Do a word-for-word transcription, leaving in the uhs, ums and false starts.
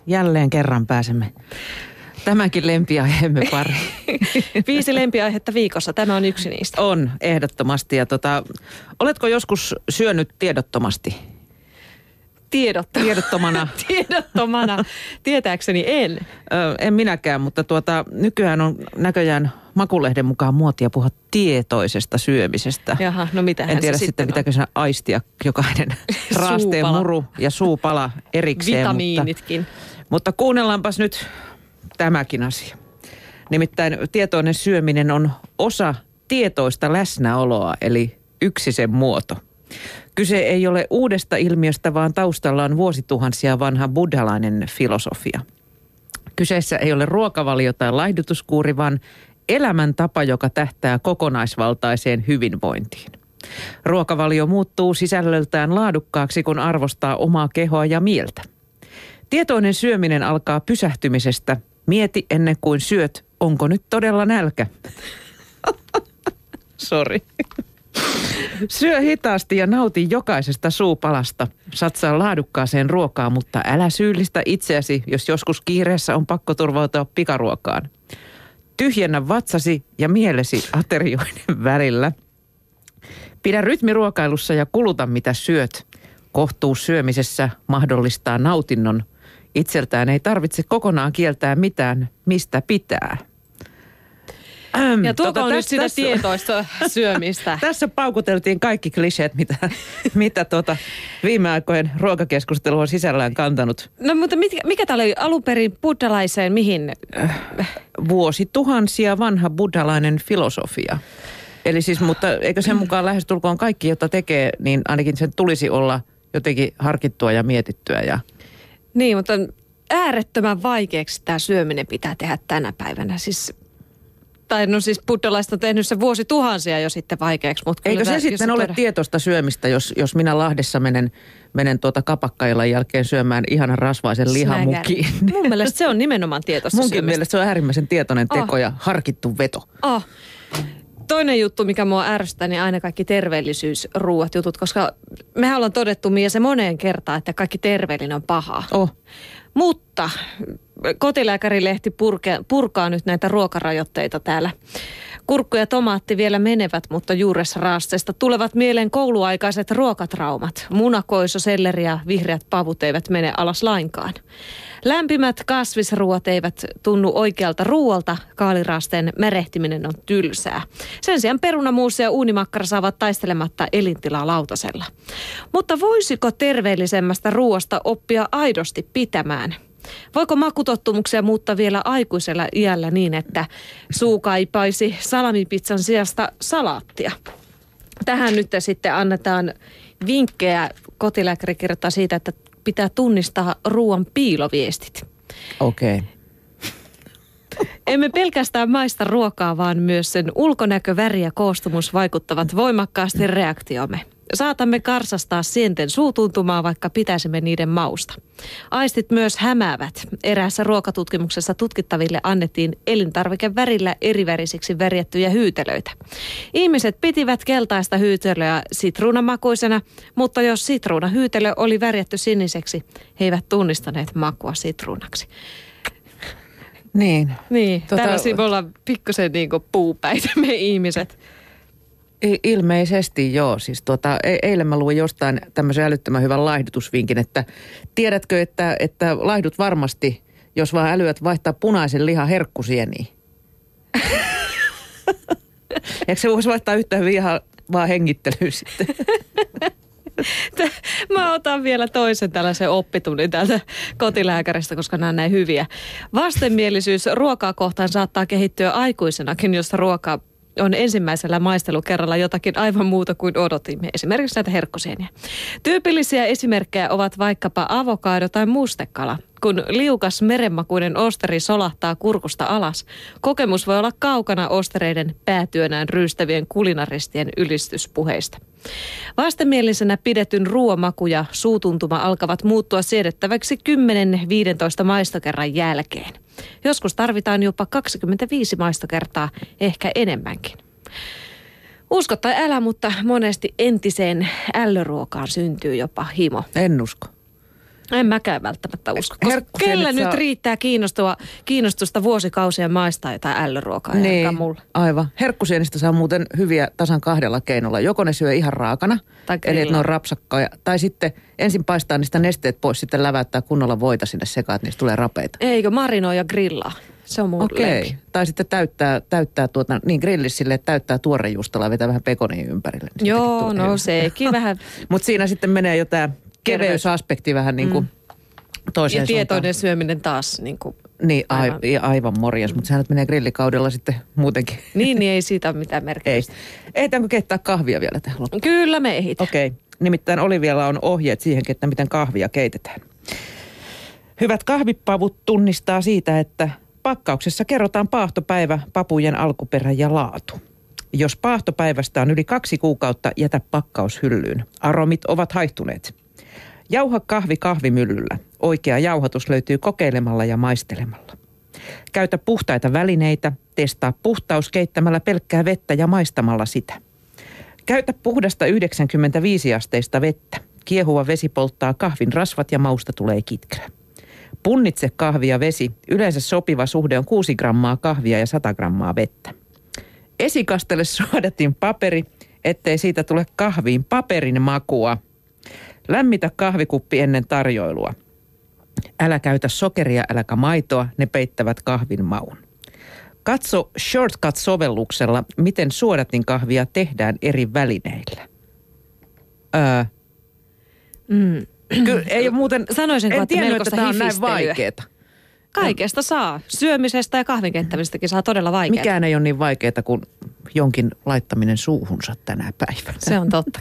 jälleen kerran pääsemme tämänkin lempiaiheemme pari. Viisi lempiaihetta viikossa, tämä on yksi niistä. On, ehdottomasti. Ja tota, oletko joskus syönyt tiedottomasti? Tiedottomana. Tiedottomana. Tiedottomana. Tietääkseni en. Ö, en minäkään, mutta tuota, nykyään on näköjään Makulehden mukaan muotia puhua tietoisesta syömisestä. Jaha, no mitähän en tiedä se sitten, pitääkö se aistia jokainen raasteen muru ja suupala erikseen. Vitamiinitkin. Mutta, mutta kuunnellaanpas nyt tämäkin asia. Nimittäin tietoinen syöminen on osa tietoista läsnäoloa, eli yksisen muoto. Kyse ei ole uudesta ilmiöstä, vaan taustalla on vuosituhansia vanha buddhalainen filosofia. Kyseessä ei ole ruokavalio tai laihdutuskuuri, vaan elämäntapa, joka tähtää kokonaisvaltaiseen hyvinvointiin. Ruokavalio muuttuu sisällöltään laadukkaaksi, kun arvostaa omaa kehoa ja mieltä. Tietoinen syöminen alkaa pysähtymisestä. Mieti ennen kuin syöt, onko nyt todella nälkä? Sori. Syö hitaasti ja nauti jokaisesta suupalasta. Satsaa laadukkaaseen ruokaan, mutta älä syyllistä itseäsi, jos joskus kiireessä on pakko turvautua pikaruokaan. Tyhjennä vatsasi ja mielesi aterioiden välillä. Pidä rytmi ruokailussa ja kuluta mitä syöt. Kohtuus syömisessä mahdollistaa nautinnon. Itseltään ei tarvitse kokonaan kieltää mitään, mistä pitää. Ähm, ja tuoko tota, on täs, nyt sitä tässä, tietoista syömistä? Tässä paukuteltiin kaikki kliseet, mitä, mitä tuota viime aikojen ruokakeskustelu on sisällään kantanut. No mutta mikä, mikä tämä oli alun perin buddhalaiseen, mihin? Vuosituhansia vanha buddhalainen filosofia. Eli siis, mutta eikö sen mukaan lähestulkoon kaikki, jota tekee, niin ainakin sen tulisi olla jotenkin harkittua ja mietittyä. Ja... Niin, mutta äärettömän vaikeaksi tämä syöminen pitää tehdä tänä päivänä. Siis, tai no siis buddhalaiset on tehnyt se vuosituhansia jo sitten vaikeaksi. Mutta eikö se tämä, sitten ole todella... tietoista syömistä, jos, jos minä Lahdessa menen, menen tuota kapakkaillan jälkeen syömään ihanan rasvaisen lihamukiin? Mun mielestä se on nimenomaan tietoista Munkin syömistä. mielestä se on äärimmäisen tietoinen teko Oh. ja harkittu veto. Oh. Toinen juttu, mikä mua ärsyttää, niin aina kaikki terveellisyysruuat jutut, koska mehän ollaan todettu Mia se moneen kertaan, että kaikki terveellinen on pahaa. Oh. Mutta kotilääkärilehti purke, purkaa nyt näitä ruokarajoitteita täällä. Kurkku ja tomaatti vielä menevät, mutta juuresraasteesta tulevat mieleen kouluaikaiset ruokatraumat. Munakoiso, selleri ja vihreät pavut eivät mene alas lainkaan. Lämpimät kasvisruoat eivät tunnu oikealta ruoalta, kaaliraasteen merehtiminen on tylsää. Sen sijaan perunamuusi ja uunimakkara saavat taistelematta elintilaa lautasella. Mutta voisiko terveellisemmästä ruoasta oppia aidosti pitämään? Voiko makutottumuksia muuttaa vielä aikuisella iällä niin, että suu kaipaisi salamipizzan sijasta salaattia? Tähän nyt sitten annetaan vinkkejä. Kotilääkäri kirjoittaa siitä, että pitää tunnistaa ruoan piiloviestit. Okei. Okay. Emme pelkästään maista ruokaa, vaan myös sen ulkonäkö, väri ja koostumus vaikuttavat voimakkaasti reaktiomme. Saatamme karsastaa sienten suutuntumaa, vaikka pitäisimme niiden mausta. Aistit myös hämäävät. Eräässä ruokatutkimuksessa tutkittaville annettiin elintarvikevärillä erivärisiksi värjättyjä hyytelöitä. Ihmiset pitivät keltaista hyytelöä sitruunamakuisena, mutta jos sitruunahyytelö oli värjätty siniseksi, he eivät tunnistaneet makua sitruunaksi. Niin. Niin, tota... tällaisia me ollaan pikkusen niin kuin puupäitä me ihmiset. Ilmeisesti joo. Siis tuota, eilen mä luin jostain tämmöisen älyttömän hyvän laihdutusvinkin, että tiedätkö, että, että laihdut varmasti, jos vaan älyät vaihtaa punaisen lihan herkkusieniin. Eikö se voisi vaihtaa yhtä hyvin ihan vaan hengittelyyn sitten? Mä otan vielä toisen tällaisen oppitunnin täältä kotilääkäristä, koska nämä on näin hyviä. Vastenmielisyys ruokaa kohtaan saattaa kehittyä aikuisenakin, jos ruoka on ensimmäisellä maistelukerralla jotakin aivan muuta kuin odotimme. Esimerkiksi näitä herkkusieniä. Tyypillisiä esimerkkejä ovat vaikkapa avokado tai mustekala. Kun liukas merenmakuinen osteri solahtaa kurkusta alas, kokemus voi olla kaukana ostereiden päätyönään ryystävien kulinaristien ylistyspuheista. Vastenmielisenä pidetyn ruoamaku ja suutuntuma alkavat muuttua siedettäväksi kymmenen viisitoista maistokerran jälkeen. Joskus tarvitaan jopa kaksikymmentäviisi maistokertaa, ehkä enemmänkin. Usko tai älä, mutta monesti entiseen ällöruokaan syntyy jopa himo. En usko. En mäkään välttämättä usko. Koska kellä nyt saa... riittää kiinnostua, kiinnostusta vuosikausien maistaa jotain ällöruokaa, niin, ja mulle. Aivan. Herkkusienistä saa muuten hyviä tasan kahdella keinolla. Joko ne syö ihan raakana, tai eli että ne on rapsakkaa, tai sitten ensin paistaa niistä nesteet pois, sitten läväyttää kunnolla voita sinne sekaan, että niistä tulee rapeita. Eikö, marinoi ja grillaa. Se on mun Okei. lempi. Tai sitten täyttää, täyttää tuota, niin grillis silleen, että täyttää tuorejuustolla ja vetää vähän pekonia ympärille. Niin joo, no sekin vähän. Mutta siinä sitten menee jo tämä keveysaspekti vähän niin kuin mm. toiseen ja tietoinen suuntaan. Syöminen taas niin kuin niin, aivan, aivan morjas, mutta sehän nyt menee grillikaudella sitten muutenkin. Niin, niin ei siitä ole mitään merkitystä. Ei. Ehditäänkö keittää kahvia vielä tähän loppuun? Kyllä me ehditään. Okei. Okay. Nimittäin Olivialla on ohjeet siihen, että miten kahvia keitetään. Hyvät kahvipavut tunnistaa siitä, että pakkauksessa kerrotaan paahtopäivä, papujen alkuperä ja laatu. Jos paahtopäivästä on yli kaksi kuukautta, jätä pakkaus hyllyyn. Aromit ovat haihtuneet. Jauha kahvi kahvimyllyllä. Oikea jauhatus löytyy kokeilemalla ja maistelemalla. Käytä puhtaita välineitä. Testaa puhtaus keittämällä pelkkää vettä ja maistamalla sitä. Käytä puhdasta yhdeksänkymmentäviisi asteista vettä. Kiehuva vesi polttaa kahvin rasvat ja mausta tulee kitkerä. Punnitse kahvi ja vesi. Yleensä sopiva suhde on kuusi grammaa kahvia ja sata grammaa vettä. Esikastele suodatin paperi, ettei siitä tule kahviin paperin makua. Lämmitä kahvikuppi ennen tarjoilua. Älä käytä sokeria, äläkä maitoa, ne peittävät kahvin maun. Katso Shortcut-sovelluksella, miten suodatin kahvia tehdään eri välineillä. Öö. Mm. Kyllä ei muuten, sanoisinko, en että tiennyt, melkoista että tämä on näin hifistelyä. vaikeeta. Kaikesta saa. Syömisestä ja kahvinkeittämistäkin saa todella vaikeaa. Mikään ei ole niin vaikeeta kuin jonkin laittaminen suuhunsa tänä päivänä. Se on totta.